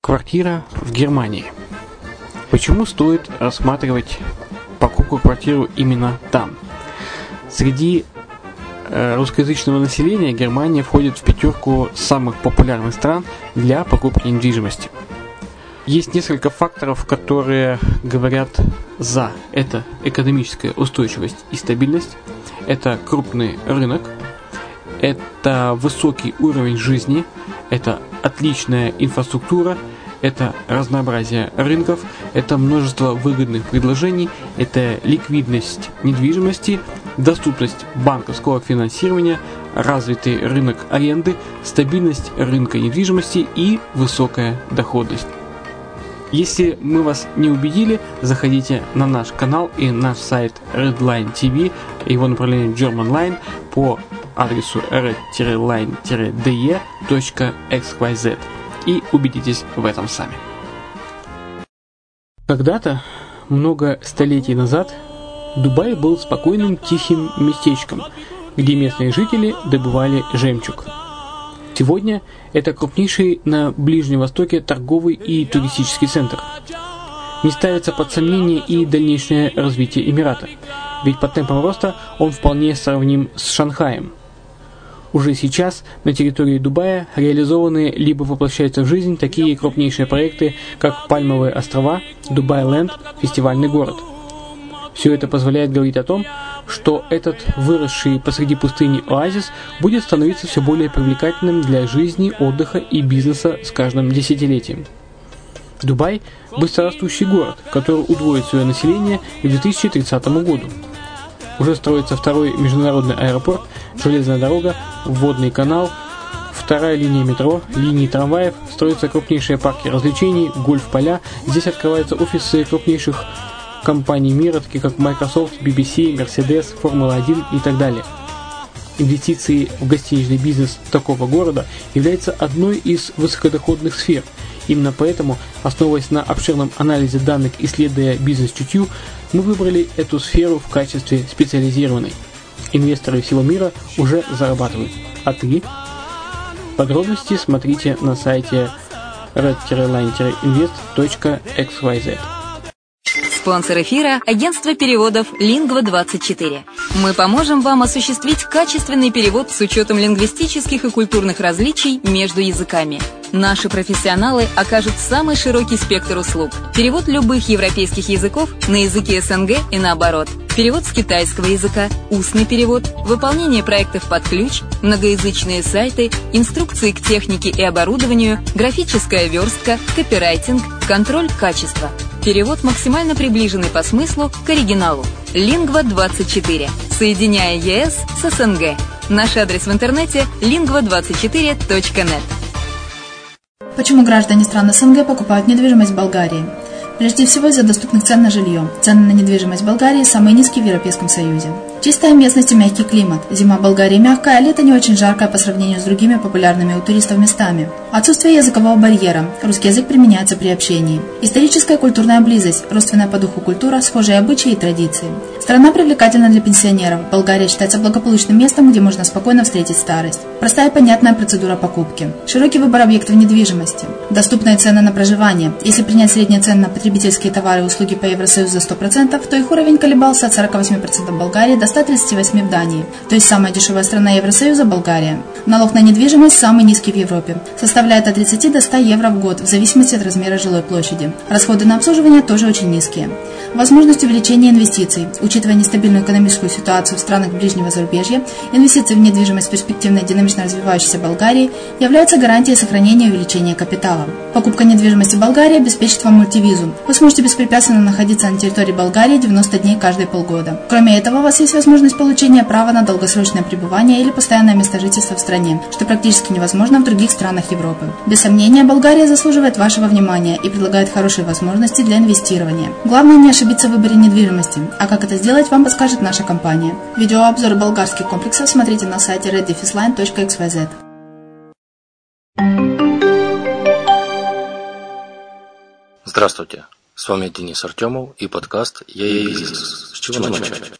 Квартира в Германии. Почему стоит рассматривать покупку квартиры именно там? Среди русскоязычного населения Германия входит в пятерку самых популярных стран для покупки недвижимости. Есть несколько факторов, которые говорят за. Это экономическая устойчивость и стабильность, это крупный рынок, это высокий уровень жизни, это отличная инфраструктура, это разнообразие рынков, это множество выгодных предложений, это ликвидность недвижимости, доступность банковского финансирования, развитый рынок аренды, стабильность рынка недвижимости и высокая доходность. Если мы вас не убедили, заходите на наш канал и наш сайт Redline TV, его направление German Line по адресу red-line-de.xyz и убедитесь в этом сами. Когда-то, много столетий назад, Дубай был спокойным тихим местечком, где местные жители добывали жемчуг. Сегодня это крупнейший на Ближнем Востоке торговый и туристический центр. Не ставится под сомнение и дальнейшее развитие Эмирата, ведь по темпам роста он вполне сравним с Шанхаем. Уже сейчас на территории Дубая реализованы либо воплощаются в жизнь такие крупнейшие проекты, как Пальмовые острова, Дубай-Ленд, фестивальный город. Все это позволяет говорить о том, что этот выросший посреди пустыни оазис будет становиться все более привлекательным для жизни, отдыха и бизнеса с каждым десятилетием. Дубай – быстрорастущий город, который удвоит свое население к 2030 году. Уже строится второй международный аэропорт, железная дорога, водный канал, вторая линия метро, линии трамваев, строятся крупнейшие парки развлечений, гольф-поля. Здесь открываются офисы крупнейших компаний мира, таких как Microsoft, BBC, Mercedes, Формула-1 и так далее. Инвестиции в гостиничный бизнес такого города являются одной из высокодоходных сфер. Именно поэтому, основываясь на обширном анализе данных, исследуя бизнес-чутью, мы выбрали эту сферу в качестве специализированной. Инвесторы всего мира уже зарабатывают. А ты? Подробности смотрите на сайте red-line-invest.xyz. Спонсор эфира – агентство переводов Lingva24. Мы поможем вам осуществить качественный перевод с учетом лингвистических и культурных различий между языками. Наши профессионалы окажут самый широкий спектр услуг. Перевод любых европейских языков на языки СНГ и наоборот. Перевод с китайского языка, устный перевод, выполнение проектов под ключ, многоязычные сайты, инструкции к технике и оборудованию, графическая верстка, копирайтинг, контроль качества. Перевод максимально приближенный по смыслу к оригиналу. Lingva24. Соединяя ЕС с СНГ. Наш адрес в интернете lingva24.net. Почему граждане стран СНГ покупают недвижимость в Болгарии? Прежде всего из-за доступных цен на жилье. Цены на недвижимость в Болгарии самые низкие в Европейском Союзе. Чистая местность и мягкий климат. Зима в Болгарии мягкая, а лето не очень жаркое по сравнению с другими популярными у туристов местами. Отсутствие языкового барьера. Русский язык применяется при общении. Историческая и культурная близость. Родственная по духу культура, схожие обычаи и традиции. Страна привлекательна для пенсионеров. Болгария считается благополучным местом, где можно спокойно встретить старость. Простая и понятная процедура покупки. Широкий выбор объектов недвижимости. Доступные цены на проживание. Если принять средние цены на потребительские товары и услуги по Евросоюзу за 100%, то их уровень колебался от 48% в Болгарии до 138% в Дании. То есть самая дешевая страна Евросоюза – Болгария. Налог на недвижимость самый низкий в Европе. Составляет от 30 до 100 евро в год, в зависимости от размера жилой площади. Расходы на обслуживание тоже очень низкие. Возможность увеличения инвестиций. Учитывая нестабильную экономическую ситуацию в странах ближнего зарубежья, инвестиции в недвижимость в перспективной динамично развивающейся Болгарии являются гарантией сохранения и увеличения капитала. Покупка недвижимости в Болгарии обеспечит вам мультивизу. Вы сможете беспрепятственно находиться на территории Болгарии 90 дней каждые полгода. Кроме этого, у вас есть возможность получения права на долгосрочное пребывание или постоянное место жительства в стране, что практически невозможно в других странах Европы. Без сомнения, Болгария заслуживает вашего внимания и предлагает хорошие возможности для инвестирования. Главное не ошибиться в выборе недвижимости, а как это сделать, вам подскажет наша компания. Видеообзор болгарских комплексов смотрите на сайте red-line.xyz. Здравствуйте, с вами Денис Артемов и подкаст «Я и бизнес». С чего начать?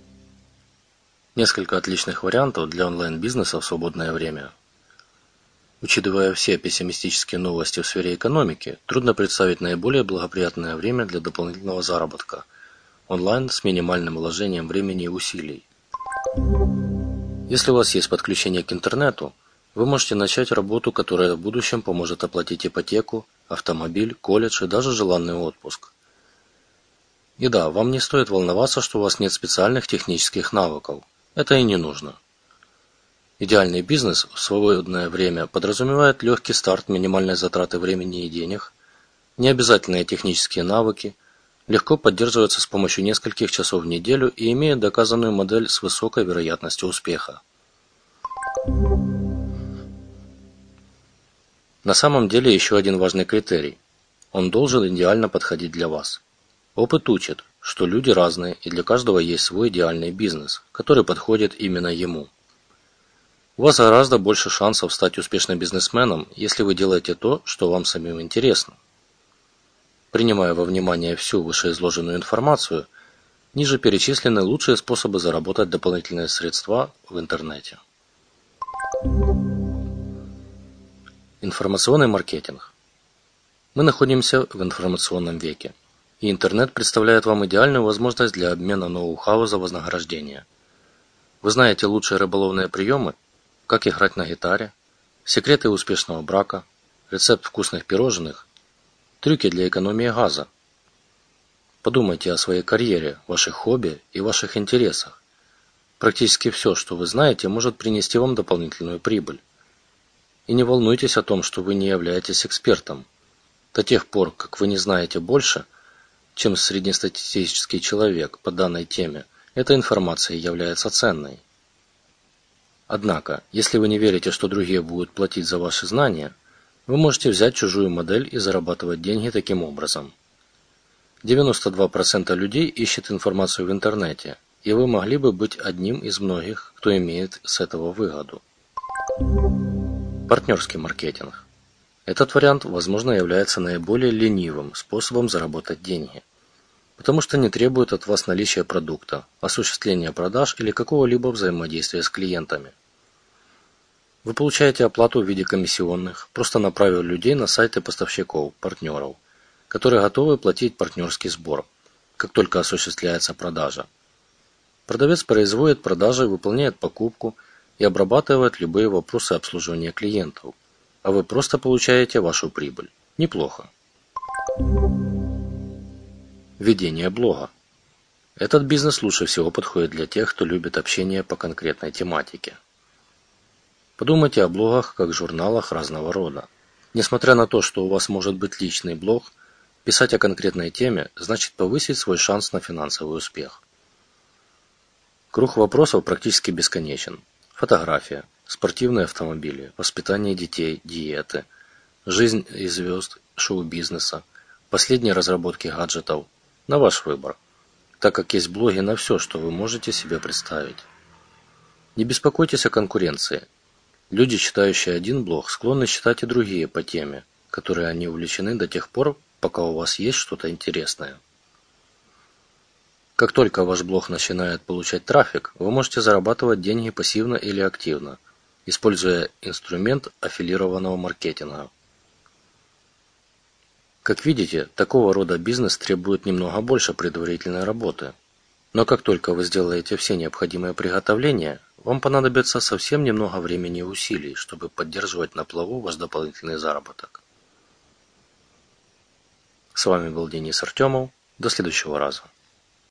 Несколько отличных вариантов для онлайн-бизнеса в свободное время. Учитывая все пессимистические новости в сфере экономики, трудно представить наиболее благоприятное время для дополнительного заработка онлайн с минимальным вложением времени и усилий. Если у вас есть подключение к интернету, вы можете начать работу, которая в будущем поможет оплатить ипотеку, автомобиль, колледж и даже желанный отпуск. И да, вам не стоит волноваться, что у вас нет специальных технических навыков. Это и не нужно. Идеальный бизнес в свободное время подразумевает легкий старт, минимальные затраты времени и денег, необязательные технические навыки, легко поддерживается с помощью нескольких часов в неделю и имеет доказанную модель с высокой вероятностью успеха. На самом деле еще один важный критерий. Он должен идеально подходить для вас. Опыт учит, что люди разные и для каждого есть свой идеальный бизнес, который подходит именно ему. У вас гораздо больше шансов стать успешным бизнесменом, если вы делаете то, что вам самим интересно. Принимая во внимание всю вышеизложенную информацию, ниже перечислены лучшие способы заработать дополнительные средства в интернете. Информационный маркетинг. Мы находимся в информационном веке, и интернет представляет вам идеальную возможность для обмена ноу-хау за вознаграждение. Вы знаете лучшие рыболовные приемы, как играть на гитаре, секреты успешного брака, рецепт вкусных пирожных, трюки для экономии газа. Подумайте о своей карьере, ваших хобби и ваших интересах. Практически все, что вы знаете, может принести вам дополнительную прибыль. И не волнуйтесь о том, что вы не являетесь экспертом. До тех пор, как вы не знаете больше, чем среднестатистический человек по данной теме, эта информация является ценной. Однако, если вы не верите, что другие будут платить за ваши знания, вы можете взять чужую модель и зарабатывать деньги таким образом. 92% людей ищет информацию в интернете, и вы могли бы быть одним из многих, кто имеет с этого выгоду. Партнерский маркетинг. Этот вариант, возможно, является наиболее ленивым способом заработать деньги, потому что не требует от вас наличия продукта, осуществления продаж или какого-либо взаимодействия с клиентами. Вы получаете оплату в виде комиссионных, просто направив людей на сайты поставщиков, партнеров, которые готовы платить партнерский сбор, как только осуществляется продажа. Продавец производит продажи, выполняет покупку и обрабатывает любые вопросы обслуживания клиентов, а вы просто получаете вашу прибыль. Неплохо. Ведение блога. Этот бизнес лучше всего подходит для тех, кто любит общение по конкретной тематике. Подумайте о блогах как журналах разного рода. Несмотря на то, что у вас может быть личный блог, писать о конкретной теме значит повысить свой шанс на финансовый успех. Круг вопросов практически бесконечен. Фотография, спортивные автомобили, воспитание детей, диеты, жизнь и звезд шоу-бизнеса, последние разработки гаджетов. На ваш выбор, так как есть блоги на все, что вы можете себе представить. Не беспокойтесь о конкуренции. Люди, читающие один блог, склонны читать и другие по теме, которой они увлечены до тех пор, пока у вас есть что-то интересное. Как только ваш блог начинает получать трафик, вы можете зарабатывать деньги пассивно или активно, используя инструмент аффилированного маркетинга. Как видите, такого рода бизнес требует немного больше предварительной работы. Но как только вы сделаете все необходимые приготовления, вам понадобится совсем немного времени и усилий, чтобы поддерживать на плаву ваш дополнительный заработок. С вами был Денис Артемов. До следующего раза.